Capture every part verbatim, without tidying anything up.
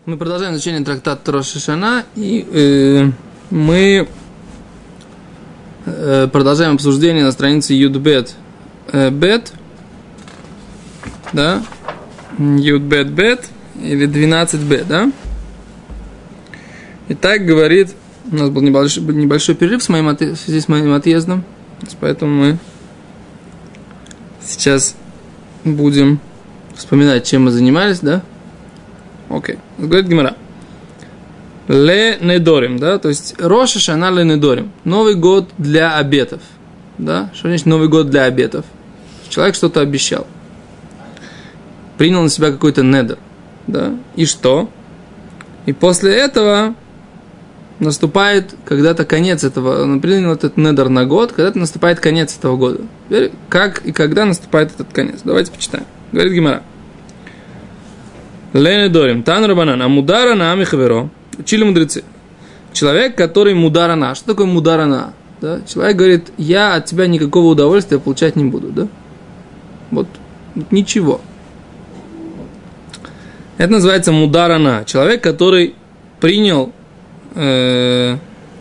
Мы продолжаем изучение трактата Рош ха-Шана, и э, мы э, продолжаем обсуждение на странице Юд-Бет э, Бет, да, Юд-Бет Бет, или двенадцать Бет, да. И так говорит, у нас был небольшой, небольшой перерыв с моим от, в связи с моим отъездом, поэтому мы сейчас будем вспоминать, чем мы занимались, да. Окей. Okay. Говорит Гемара. Ле недорим, да, то есть Рош ха-Шана ле недорим. Новый год для обетов. Да? Что значит Новый год для обетов? Человек что-то обещал. Принял на себя какой-то недер. Да? И что? И после этого наступает когда-то конец этого. Он принял этот недер на год, когда-то наступает конец этого года. Как и когда наступает этот конец? Давайте почитаем. Говорит Гемара. Лене Дорим, Тан Рабанан, а мударана амихаверо. Учили мудрецы. Человек, который мударана. Что такое мударана? Да? Человек говорит, я от тебя никакого удовольствия получать не буду. Да? Вот, вот ничего. Это называется мударана. Человек, который принял э,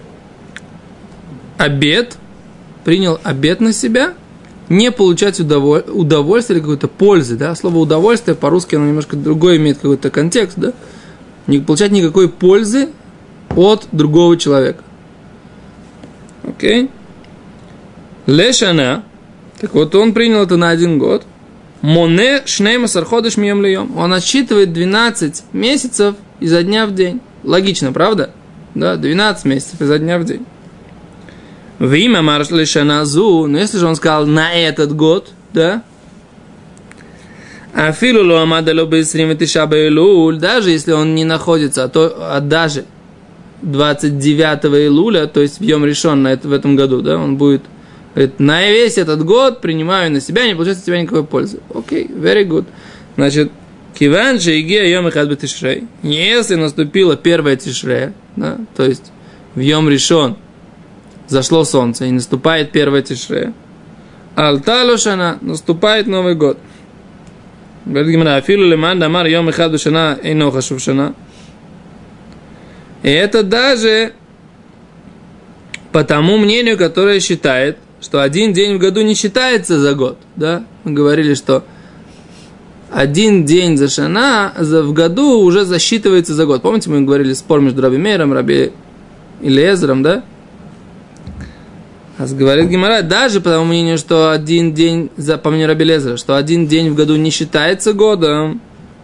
обет, принял обет на себя, не получать удоволь... удовольствие или какой-то пользы, да, слово удовольствие по-русски оно немножко другой имеет какой-то контекст, да, не получать никакой пользы от другого человека. Окей? Лешана, так вот он принял это на один год, моне шнейма сарходыш мием льем, он отсчитывает двенадцать месяцев изо дня в день. Логично, правда? Да, двенадцать месяцев изо дня в день. В имя маршали шаназу, но если же он сказал на этот год, да, афилу ло амадало бисрим тиша бейлуль, даже если он не находится, а то а даже двадцать девятого Илуля, то есть в Йом Ришон на это, в этом году, да, он будет, говорит, на весь этот год принимаю на себя, не получается от себя никакой пользы. Окей, okay, very good. Значит, киван шейгия Йом эхад бетишрей, если наступило первое Тишрея, да, то есть в Йом Ришон зашло солнце, и наступает первое Тишре. Алта лошана, наступает Новый год. Говорит Гемара, афилу леман дамар йом эхад бешана эйно хашув шана. И это даже по тому мнению, которое считает, что один день в году не считается за год. Да? Мы говорили, что один день за шана за, в году уже засчитывается за год. Помните, мы говорили спор между Раби Мейром, Раби Илиезером, да? А говорит Гемара, даже по тому мнению, что один день, по мнению Раби Элиэзера, что один день в году не считается годом,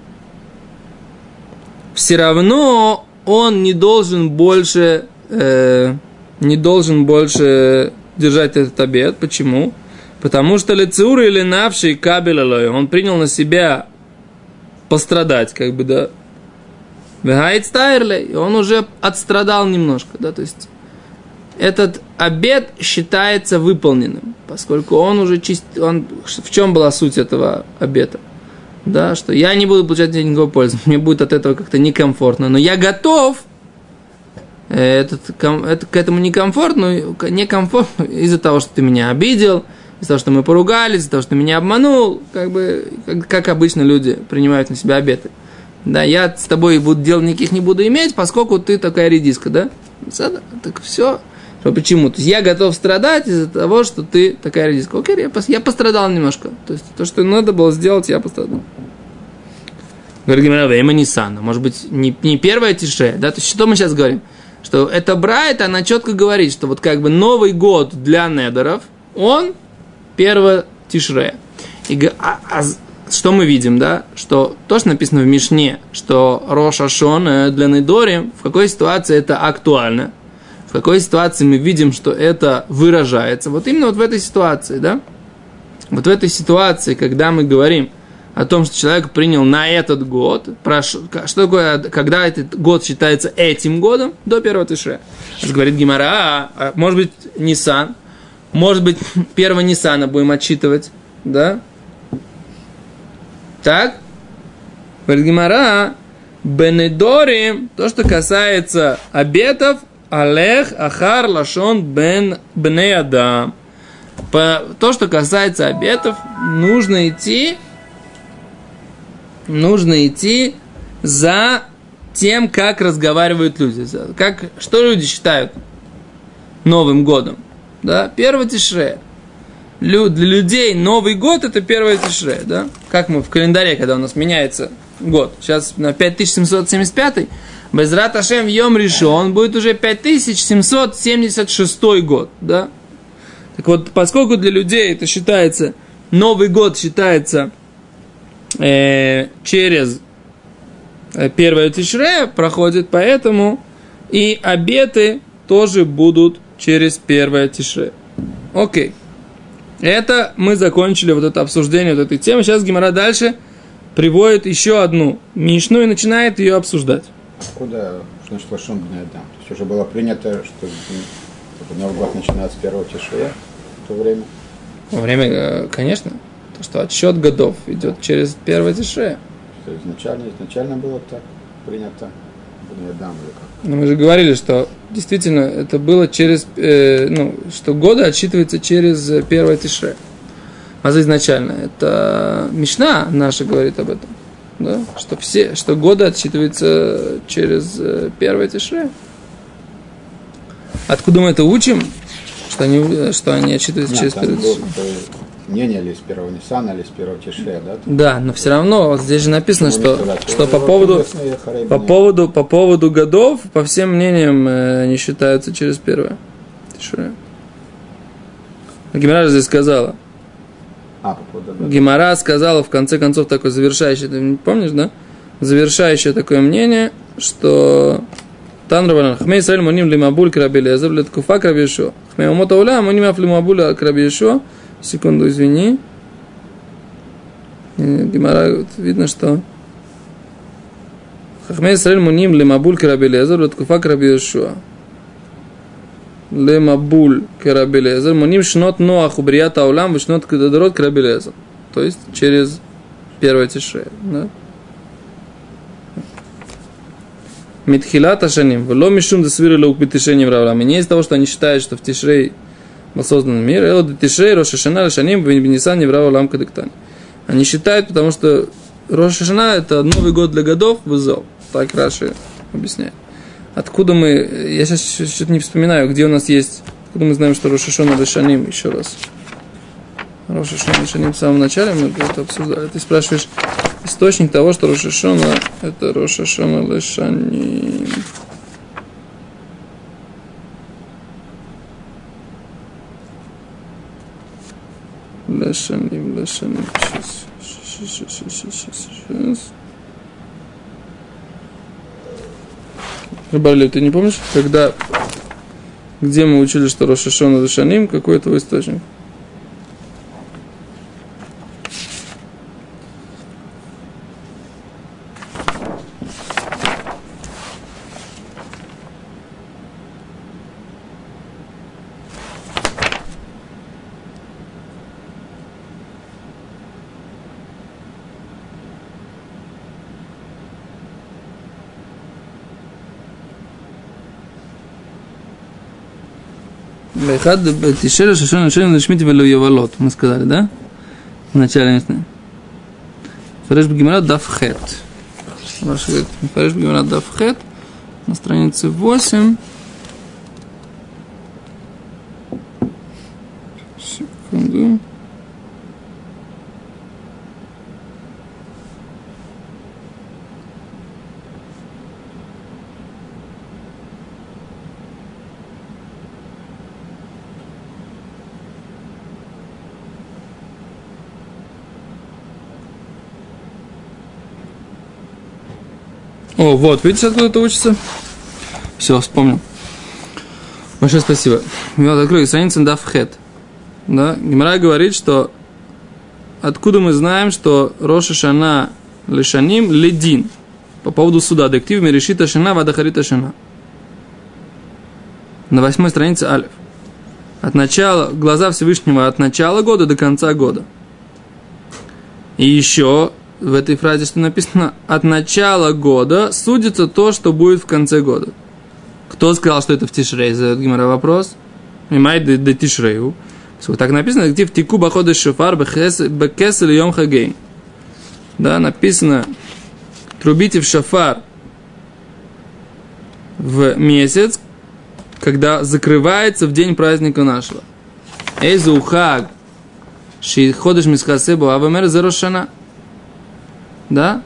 все равно он не должен больше, э, не должен больше держать этот обет. Почему? Потому что лецеур или навший кабель алой, он принял на себя пострадать, как бы, да. Вегайт стайрлей, он уже отстрадал немножко, да, то есть этот обет считается выполненным, поскольку он уже чист... он... В чем была суть этого обета? Да, что я не буду получать никакой пользы, мне будет от этого как-то некомфортно, но я готов этот, это, к этому некомфортно, некомфортно из-за того, что ты меня обидел, из-за того, что мы поругались, из-за того, что ты меня обманул, как бы, как, как обычно люди принимают на себя обеты. Да, я с тобой буду, дел никаких не буду иметь, поскольку ты такая редиска, да? Так все. Почему? То есть я готов страдать из-за того, что ты такая редиска. Окей, я, пос, я пострадал немножко. То есть то, что надо было сделать, я пострадал. Говорит Гемара, время Ниссана. Может быть, не, не первое Тишре, да? То есть что мы сейчас говорим? Что это Брайт, она четко говорит, что вот как бы Новый год для недеров, он первое Тишре. И, а, а, что мы видим, да? Что то, что написано в Мишне, что Рош ха-Шана для недорим, в какой ситуации это актуально? В какой ситуации мы видим, что это выражается? Вот именно вот в этой ситуации, да? Вот в этой ситуации, когда мы говорим о том, что человек принял на этот год, прош... что такое, когда этот год считается этим годом, до первого Тишре. Говорит Гемара, а, а, может быть, Ниссан, может быть, первого Ниссана будем отсчитывать, да? Так? Говорит Гемара, бенедорим, то, что касается обетов, Алех Ахар Лашон Бен Бней Адам. По то, что касается обетов, нужно идти, нужно идти за тем, как разговаривают люди. Как, что люди считают Новым годом? Да? Первое Тишре. Лю, для людей Новый год это первое Тишре. Да? Как мы в календаре, когда у нас меняется год. Сейчас на пять тысяч семьсот семьдесят пятый. Безрат Ашем в Йом Ришон будет уже пять тысяч семьсот семьдесят шестой год. Да? Так вот, поскольку для людей это считается, Новый год считается э, через первое Тишре, проходит поэтому, и обеты тоже будут через первое Тишре. Окей. Это мы закончили вот это обсуждение вот этой темы. Сейчас Гемара дальше приводит еще одну Мишну и начинает ее обсуждать. Куда? Что значит Лашон Бней Адам? То есть уже было принято, что Новый год начинается с первого Тишре в то время? Во время, конечно. То, что отсчет годов идет через первое Тишре. Что изначально, изначально было так принято Бней Адам или как? Но мы же говорили, что действительно это было через, э, ну, что годы отсчитываются через первое Тишре. А изначально это Мишна наша говорит об этом. Да? Что все, что годы отсчитываются через первое Тишре. Откуда мы это учим? Что они, что они отсчитываются Нет, через первое Тишре. Мнение ли с первого Ниссана, или с первого Тишре, да? Да, но все равно вот здесь же написано, что, что по поводу, по поводу, по поводу годов, по всем мнениям, они считаются через первое Тишре. Гемара здесь сказала. А, по поводу, да. Гемара сказала в конце концов такое завершающее, ты не помнишь, да? Завершающее такое мнение, что Тан Рабанан Хмей Исраэль Муним Лимабуль Краби Элиэзер Леткуфа Краби Йешуа. Хмей Умот Ауля Муним Аф Лимабуль Краби Йешуа. Секунду, извини. Гемара, видно, что Хахмей Исраэль Муним Лимабуль Краби Элиэзер Леткуфа Краби Йешуа. Лемабуль Краби Элиэзер Муним Шнот Ноах Убрият Аулам Вишнот Кедадорот Краби Элиэзер. То есть через первое Тишре, да? Митхилат Ашаним. Вло Мишум Десвиры Лаук Битишени Вравлам. И не из-за того, что они считают, что в Тишрей был создан мир. Эло Тишрей Рош Хашана Лашаним Бенебенисан Неврава Лам Кадыктани. Они считают, потому что Рош Хашана это Новый год для годов вызов. Так Раши объясняет. Откуда мы, я сейчас что-то не вспоминаю, где у нас есть, откуда мы знаем, что Рош Хашана Лашаним, еще раз. Рош Хашана Лашаним в самом начале мы это обсуждали. Ты спрашиваешь источник того, что Рош Хашана это Рош Хашана Лашаним. Лашаним, Лашаним. Сейчас, сейчас, сейчас, сейчас, сейчас. Рабарлев, ты не помнишь, когда, где мы учили, что Рош Хашана Лашаним, какой это источник? באחד תשאל ששון לשם לשמית ולא יבלות, мы сказали, да? В начале места. מפרש בגמרא דף ח'. מפרש בגמרא דף ח' на странице восемь. Секунду. О, вот, видите, откуда это учится? Все, вспомнил. Большое спасибо. Вот, открою страницу Дафхет. Да? Гемара говорит, что откуда мы знаем, что Рош Хашана Лешаним Ледин по поводу суда. Дектив Мерешита Шана Вадахарита Шана. На восьмой странице Алеф. От начала, глаза Всевышнего от начала года до конца года. И еще в этой фразе, что написано, от начала года судится то, что будет в конце года. Кто сказал, что это в Тишрей? Задает Гемара вопрос. Мимай де Тишрею. Так написано, где в Тику Бахода Шофар Бекесел Йом Хагейн. Да, написано, трубите в шофар в месяц, когда закрывается в день праздника нашего. Эйзу хаг ши ходиш мисхасебу авамер за Рош Шана. Да?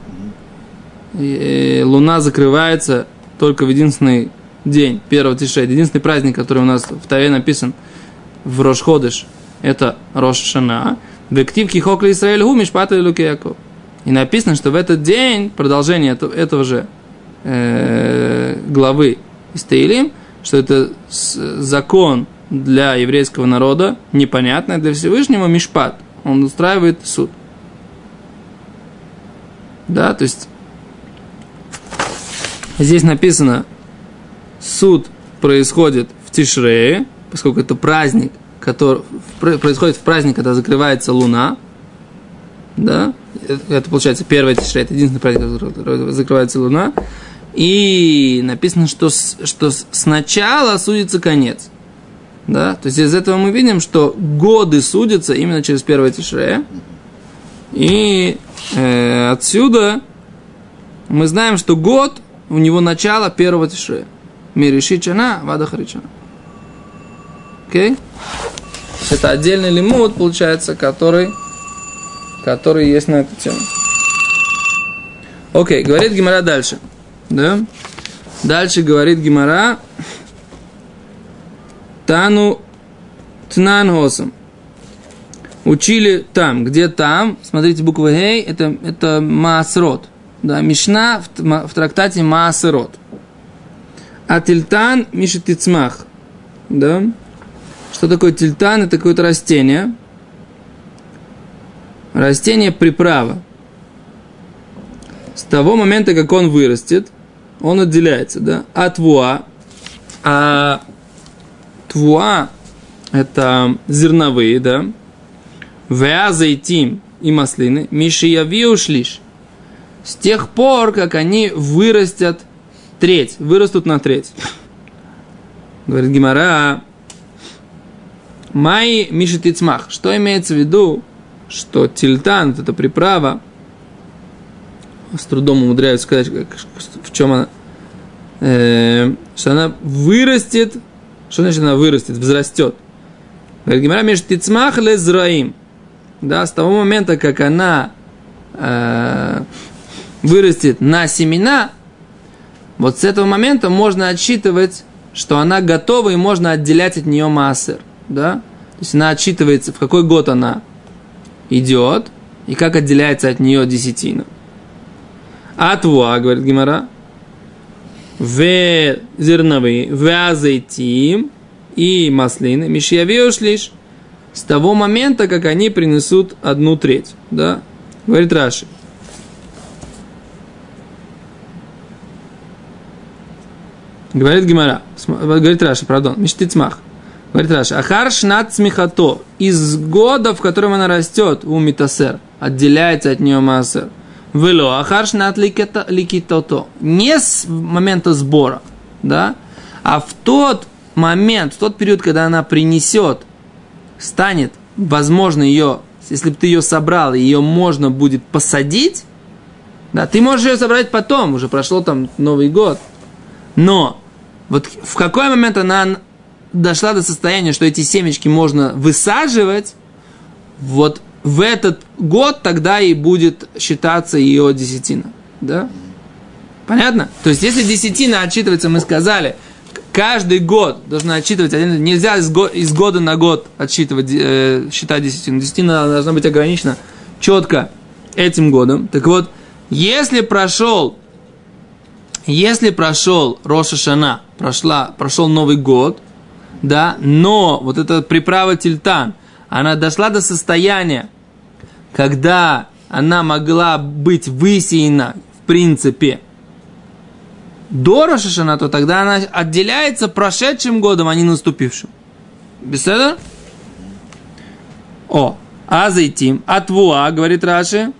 И луна закрывается только в единственный день, первого Тишре. Единственный праздник, который у нас в Таве написан в Рош Ходиш, это Рош Шана. Вектив кихок ли Исраэль гу мишпат элокей Яков. И написано, что в этот день, продолжение этого, этого же э, главы из Теилим, что это закон для еврейского народа, непонятный для Всевышнего, мишпат. Он устраивает суд. Да, то есть здесь написано, суд происходит в Тишрее, поскольку это праздник, который происходит в праздник, когда закрывается луна. Да, это получается первое Тишре, это единственный праздник, когда закрывается луна. И написано, что, что сначала судится конец. Да, то есть из этого мы видим, что годы судятся именно через первое Тишре. И э, отсюда мы знаем, что год у него начало первого Тишре. Миришит шана, вада харичана. Окей? Это отдельный лимуд, получается, который, который есть на эту тему. Окей, говорит Гемара дальше. Да? Дальше говорит Гемара. Тану тнан хосам. Учили там. Где там? Смотрите, буква Гей, это, это Маасрот. Да, Мишна в, в трактате Маасрот. А тильтан мишет тицмах. Да? Что такое тильтан? Это какое-то растение. Растение приправа. С того момента, как он вырастет, он отделяется, да? А твуа. А твуа это зерновые, да? Веазайтим и маслины. Мишияви ушлиш. С тех пор, как они вырастят треть, вырастут на треть. Говорит Гемара, Май мишет ицмах. Что имеется в виду? Что тильтан, это приправа, с трудом умудряюсь сказать, в чем она, э, что она вырастет. Что значит она вырастет, взрастет? Говорит Гемара, мишет ицмах лезраим. Да, с того момента, как она э, вырастет на семена, вот с этого момента можно отсчитывать, что она готова и можно отделять от нее маасер. Да? То есть она отсчитывается, в какой год она идет и как отделяется от нее десятина. Атвуа, говорит Гемара, в зерновые, в азейтим и маслины, мишьяви ушлиш, с того момента, как они принесут одну треть. Да? Говорит Раши. Говорит Гемара, говорит Раши, пардон, миштицмах. Говорит Раши, ахар шнат смехато, из года, в котором она растет, у митасер, отделяется от нее маасер. Вело, ахар шнат ликитото, не с момента сбора, да, а в тот момент, в тот период, когда она принесет, станет, возможно, ее, если бы ты ее собрал, ее можно будет посадить, да, ты можешь ее собрать потом, уже прошло там Новый год, но вот в какой момент она дошла до состояния, что эти семечки можно высаживать, вот в этот год тогда и будет считаться ее десятина. Да? Понятно? То есть, если десятина отсчитывается, мы сказали, каждый год должна отсчитывать, нельзя из, го, из года на год отсчитывать, э, считать десятину. Десятина должна быть ограничена четко этим годом. Так вот, если прошел, если прошел Рош Шана, прошла, прошел Новый год, да, но вот эта приправа тильтан, она дошла до состояния, когда она могла быть высеяна, в принципе, до Рош Шана, то тогда она отделяется прошедшим годом, а не наступившим. Беседа? О, азайтим, атвуа, говорит Раши.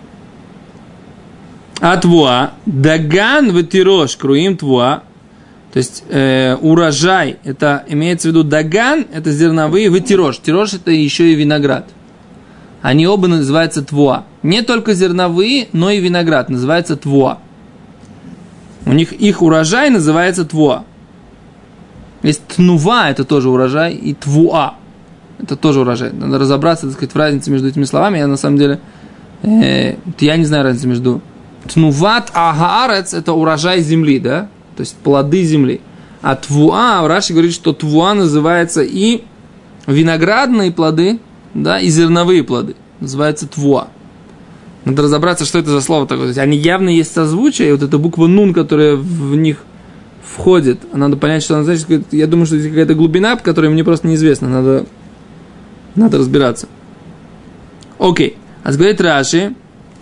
Атвуа, даган ватирош, круим твуа, То есть э, урожай, это имеется в виду даган, это зерновые, вы тирож. Тирож это еще и виноград. Они оба называются твуа. Не только зерновые, но и виноград называется твуа. У них их урожай называется твуа. Есть тнува, это тоже урожай, и твуа, это тоже урожай. Надо разобраться, так сказать, в разнице между этими словами. Я на самом деле, э, я не знаю разницы между тнуват агаарец, это урожай земли, да? То есть плоды земли. А твуа, Раши говорит, что твуа называется и виноградные плоды, да, и зерновые плоды. Называется твуа. Надо разобраться, что это за слово такое. То есть они явно есть созвучие, и вот эта буква нун, которая в них входит, надо понять, что она значит. Я думаю, что здесь какая-то глубина, которая мне просто неизвестна. Надо, надо разбираться. Окей. А говорит Раши.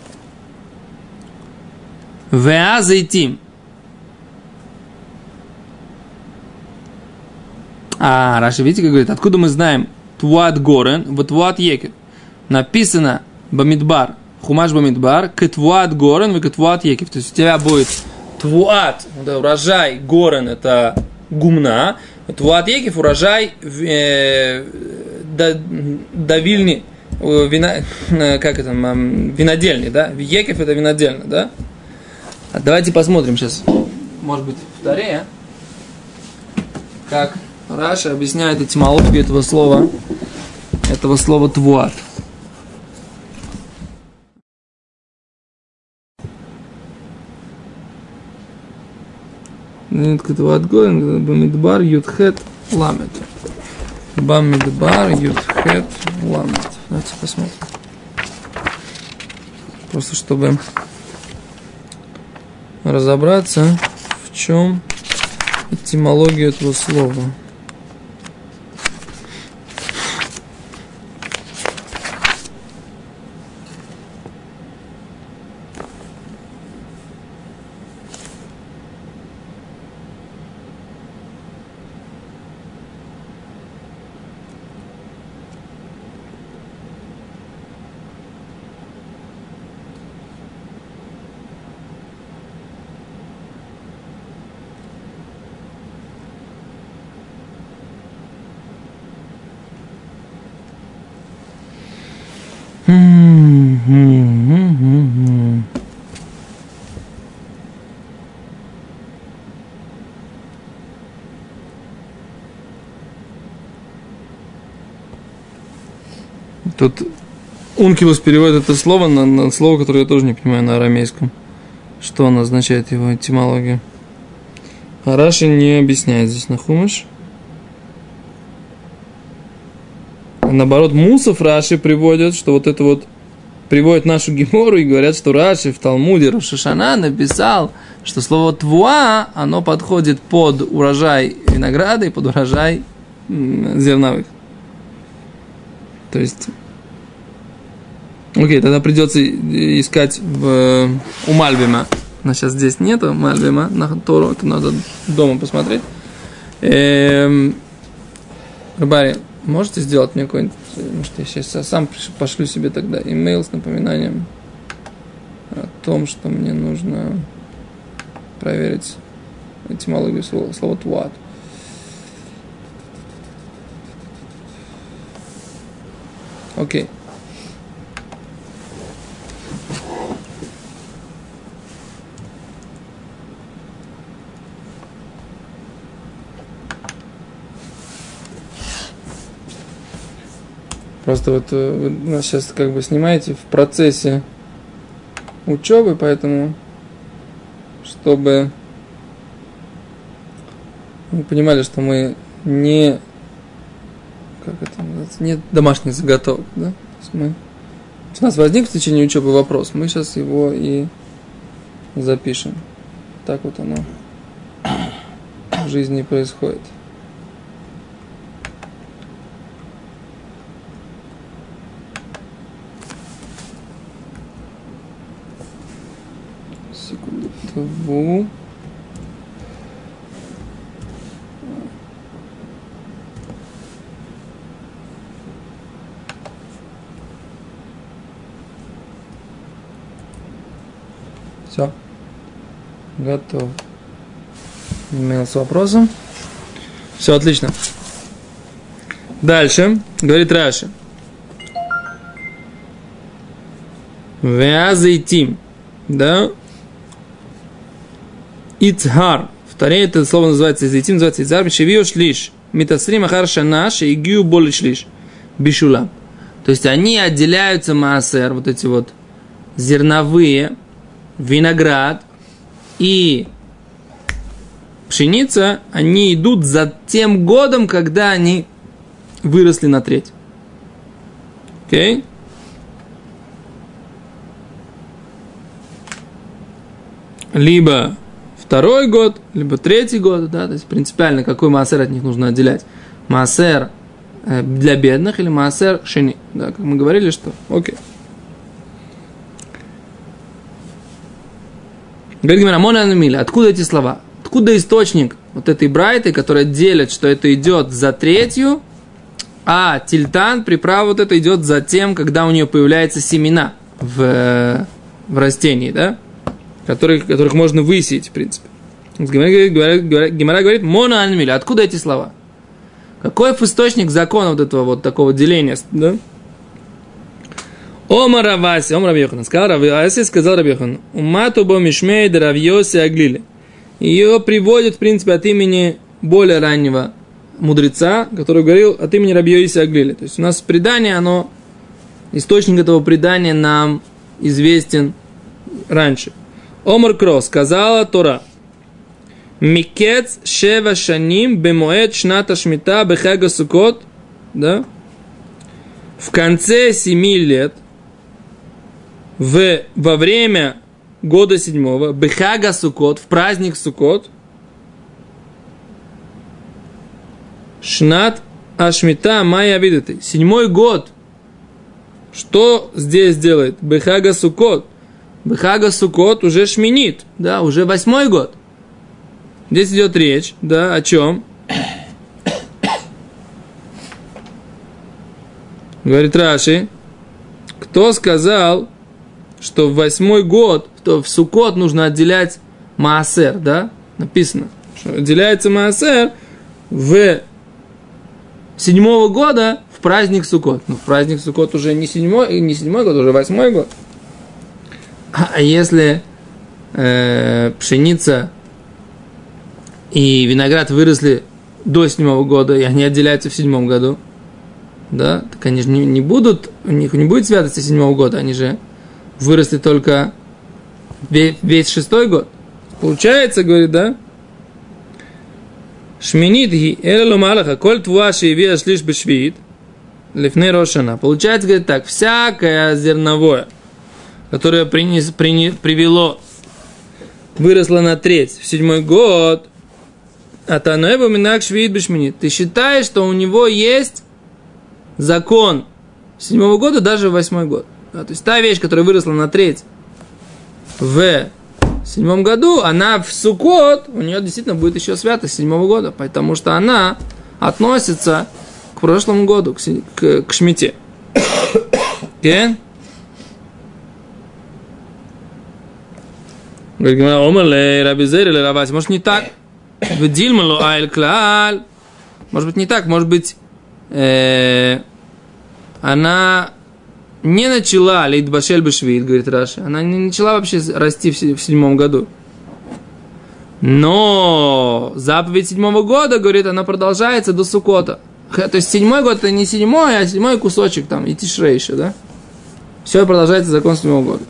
Веа зайтим. А, Раши, видите, как говорит, откуда мы знаем Твуат Горен, вот Твуат Екев. Написано Бамидбар, Хумаш Бамидбар, Кетвуат Горен, и Кетвуат Екев. То есть у тебя будет Твуат, да, урожай, Горен, это гумна, Твуат Екев, урожай э, давильни, вина, как это, винодельни, да, Екев это винодельня, да. А давайте посмотрим сейчас, может быть, в Торе, как Раши объясняет этимологию этого слова, этого слова твуат. Твуат горен, бамидбар, ютхет, ламет. Бамидбар, ютхет, ламет. Давайте посмотрим. Просто чтобы разобраться, в чем этимология этого слова. Тут Ункилус переводит это слово на, на слово, которое я тоже не понимаю на арамейском. Что оно означает, его этимология. А Раши не объясняет здесь на хумаш. Наоборот, Мусов Раши приводят, что вот это вот приводят нашу Гемору и говорят, что Раши в Талмуде Рош ха-Шана написал, что слово твуа, оно подходит под урожай винограда и под урожай м, зерновых. То есть, окей, тогда придется искать в, у Мальбима. Но сейчас здесь нету Мальбима на Тору, это надо дома посмотреть. Эм, Рыбари, можете сделать мне какой-нибудь, может, я сейчас сам пошлю себе тогда имейл с напоминанием о том, что мне нужно проверить этимологию слова, слова «твуат». Окей. Просто вот вы нас сейчас как бы снимаете в процессе учебы, поэтому чтобы вы понимали, что мы не как это называется, нет домашних заготовок, да? То есть мы, у нас возник в течение учебы вопрос, мы сейчас его и запишем. Так вот оно в жизни происходит. Секунду. Тву. Все. Готов. имел с вопросом. Все отлично. Дальше. Говорит Раши. Вязайтим. Да? Ицхар. Второе это слово называется изайтим, называется изар. Бешевио шлиш. Митасрим ахар шанаш и гию боли шлиш. Бишулам. То есть они отделяются маасер, вот эти вот зерновые, виноград и пшеница, они идут за тем годом, когда они выросли на треть. Окей? Okay? Либо второй год, либо третий год, да, то есть принципиально какой маасер от них нужно отделять. Маасер для бедных или маасер шени, да, как мы говорили, что окей. Говорит Гемара, мона миля, откуда эти слова? Откуда источник вот этой брайты, которая делит, что это идет за третью, а тильтан, приправа вот это идет за тем, когда у нее появляются семена в, в растении, да, которых, которых можно высеять, в принципе. Гемара говорит, мона миля, откуда эти слова? Какой источник закона вот этого вот такого деления, да? Омар Раваси, Омар Рабьехан, сказал Раваси, сказал Рабьехан, умату бо мишмей да Равьоси аглили. Ее приводят, в принципе, от имени более раннего мудреца, который говорил от имени Рабьоси аглили. То есть у нас предание, оно, источник этого предания нам известен раньше. Омар Кро, сказала Тора, Микец шева шаним бемоэд шната шмита бехага сукот, да? В конце семи лет, в, во время года седьмого, бехага сукот, в праздник сукот, шнат ашмита майя видите, седьмой год, что здесь делает? Бехага сукот, бехага сукот уже шминит, да, уже восьмой год. Здесь идет речь, да, о чем? Говорит Раши, кто сказал, что в восьмой год, что в Суккот нужно отделять маасер, да? Написано, что отделяется маасер в седьмого года в праздник Суккот. Ну, в праздник Суккот уже не седьмой, не седьмой год, уже восьмой год. А если э, пшеница и виноград выросли до седьмого года, и они отделяются в седьмом году, да, так они же не, не будут, у них не будет святости седьмого года, они же выросли только весь, весь шестой год. Получается, говорит, да, шминит ги элэлу малаха, коль твуаши и вея шлиш бешвит, лифней рошана. Получается, говорит так, всякое зерновое, которое принес, принес, привело, выросло на треть в седьмой год, а таноэбу минак швид бешминит. Ты считаешь, что у него есть закон седьмого года даже в восьмой год. Да, то есть та вещь, которая выросла на треть в седьмом году, она в Суккот, у нее действительно будет еще святость седьмого года, потому что она относится к прошлому году, к, к, к шмите. Okay? Говорит, омалей, рабизери, рабаси. Может, не так? Может быть, не так. Может быть, э, она не начала лейтбашель бешвит, говорит Раши. Она не начала вообще расти в, в седьмом году. Но заповедь седьмого года, говорит, она продолжается до Суккота. То есть седьмой год это не седьмой, а седьмой кусочек там, и Тишрей еще, да? Все продолжается закон седьмого года.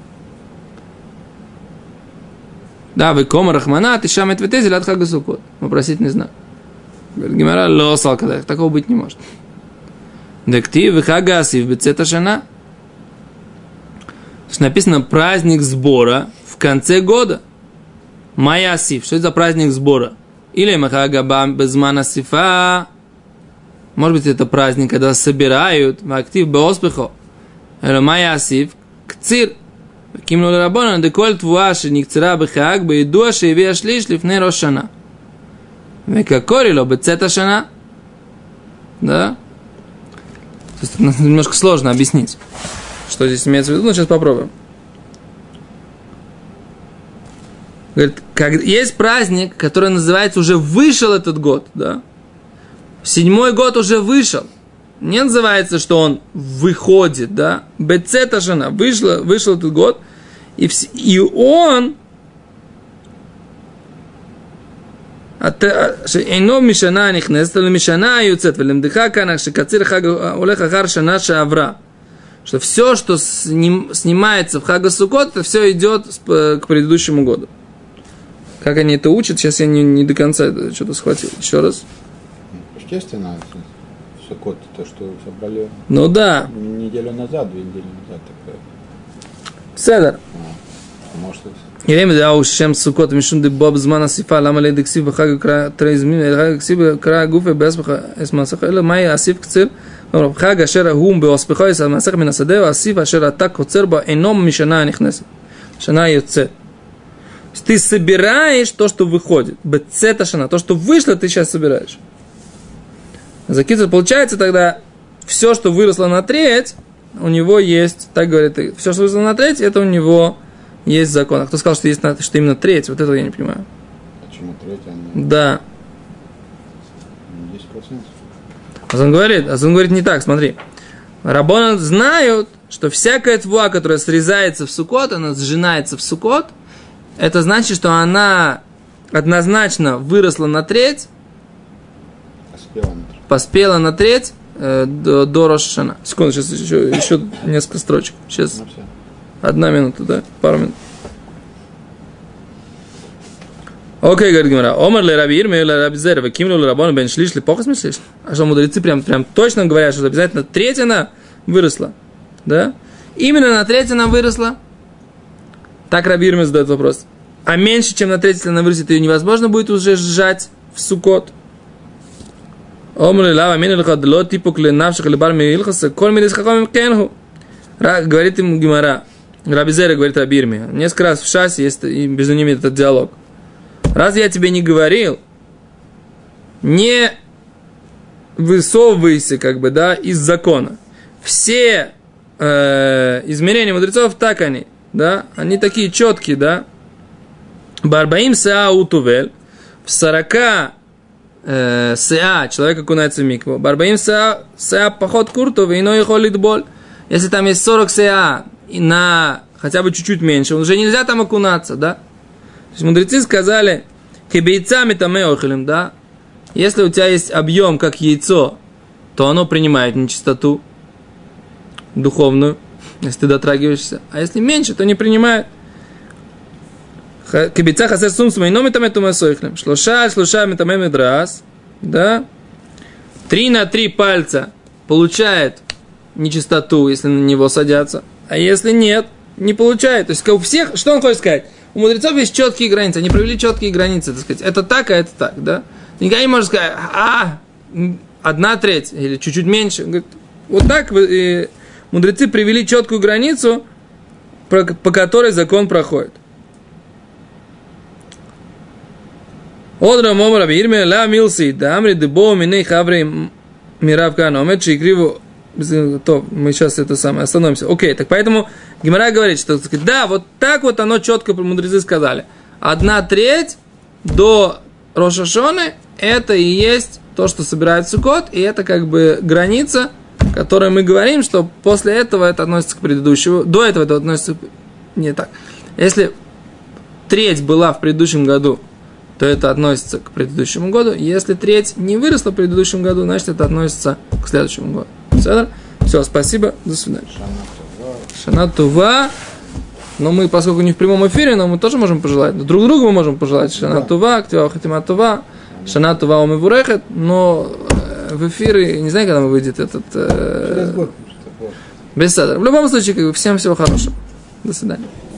Да, вы кома рахмана, ты шамет ветезель от хага Суккот. Вопросительный знак. Говорит, Гемара лосал, когда такого быть не может. Декти вы хага асив бецета шана. То есть написано праздник сбора в конце года. Майя асив. Что это за праздник сбора? Или махага бам безмана сифа. Может быть, это праздник, когда собирают в актив беоспехо. Или майя асив кцир. Кимну лерабона, деколь твуаши никцера бехаг, бейдуа шеевия шлиш лифней рош шана. Векакорило бецета шана. Да? То есть, немножко сложно объяснить, что здесь имеется в виду, но сейчас попробуем. Говорит, как, есть праздник, который называется уже вышел этот год, да? Седьмой год уже вышел. Не называется, что он выходит, да? Бецета жена, вышел, вышел этот год, и, вс, и он אינו משנה נכנסת, אלא משנה יוצאת, ולמדך כאן, שקציר חג, הולך אחר שנה שעברה. Что все, что сним, снимается в Хага Суккот, это все идет к предыдущему году. Как они это учат, сейчас я не, не до конца это что-то схватил. Еще раз. Естественно, Суккот, то, что собрали ну да. неделю назад, две недели назад. Такое. Седер. А, может, Ирем да у Шем Суккот мишун де боб зман асифа лама ле дексив бхаг кра трезмин эль дексив кра гуфе бесбха эсмасах эль май асиф кцер бхаг ашер хум беоспеха эс масах мин асадев асиф ашер атак кцер ба эном мишана нихнес шана йоцет. Ты собираешь то, что выходит. Бецета шана, то, что вышло, ты сейчас собираешь. Закидывается, получается тогда все, что выросло на треть, у него есть, так говорит, все, что выросло на треть, это у него есть закон. А кто сказал, что есть что именно треть? Вот этого я не понимаю. Почему треть? Она... Да. десять процентов. А он говорит, а он говорит не так, смотри. Раббанан знают, что всякая твуа, которая срезается в Суккот, она сжинается в Суккот, это значит, что она однозначно выросла на треть, поспела на треть, поспела на треть э, до, до Рош ха-Шана. Секунду, сейчас еще, еще несколько строчек. Сейчас. Ну, одна минута, да? Пару минут. Окей, говорит Гемара. Омар ле Раби Ирми ле Раби Зер, векимлю ле Раббану бен шлиш ле похас мислиш. А что мудрецы прям, прям точно говорят, что обязательно треть она выросла. Да? Именно на треть она выросла. Так Раби Ирми задает вопрос. А меньше, чем на треть, если она вырастет, ее невозможно будет уже сжать в Суккот. Омар ле лава мин ле ло типук ле навших ле бар ми илхаса, коль ми дисхахом им кенху. Говорит ему Гемара. Раби Зер говорит Раби Ирми. Несколько раз в Шасе есть между ними этот диалог. Раз я тебе не говорил, не высовывайся, как бы, да, из закона. Все э, измерения мудрецов так они, да, они такие четкие, да. Барбаим сеа утувель, в сорока э, сеа человек окунается в микву. Барбаим сеа, сеа поход куртов, и иной холит боль. Если там есть сорок сеа, и на хотя бы чуть-чуть меньше, уже нельзя там окунаться, да. То есть мудрецы сказали, кебейцами там охилим, да, если у тебя есть объем, как яйцо, то оно принимает нечистоту духовную, если ты дотрагиваешься, а если меньше, то не принимает. Кебейца хасер сум смейно метаме тумасойхлем, шлоша, шлоша метаме медрас, да, три на три пальца получает нечистоту, если на него садятся, а если нет, не получает. То есть у всех, что он хочет сказать? У мудрецов есть четкие границы, они провели четкие границы, так сказать, это так, а это так, да? Никогда не можно сказать, а, одна треть, или чуть-чуть меньше. Говорит, вот так и мудрецы привели четкую границу, по, по которой закон проходит. Одра момра бирме ла милси, да амри дебо миней хаврей мирав каномет, шикриву. То, мы сейчас это самое остановимся. Окей, так поэтому Гемара говорит, что да, вот так вот оно четко мудрецы сказали. Одна треть до Рош ха-Шаны это и есть то, что собирает Суккот, и это как бы граница, которой мы говорим, что после этого это относится к предыдущему, до этого это относится не так. Если треть была в предыдущем году, то это относится к предыдущему году. Если треть не выросла в предыдущем году, значит это относится к следующему году. Все, спасибо, до свидания. Шана Това. Но мы, поскольку не в прямом эфире, но мы тоже можем пожелать. Друг другу мы можем пожелать. Шана Това, Ктива Хатима Това, Шана Това Омивурехет. Но в эфире, не знаю, когда мы выйдет этот... Э, без садра. В любом случае, всем всего хорошего. До свидания.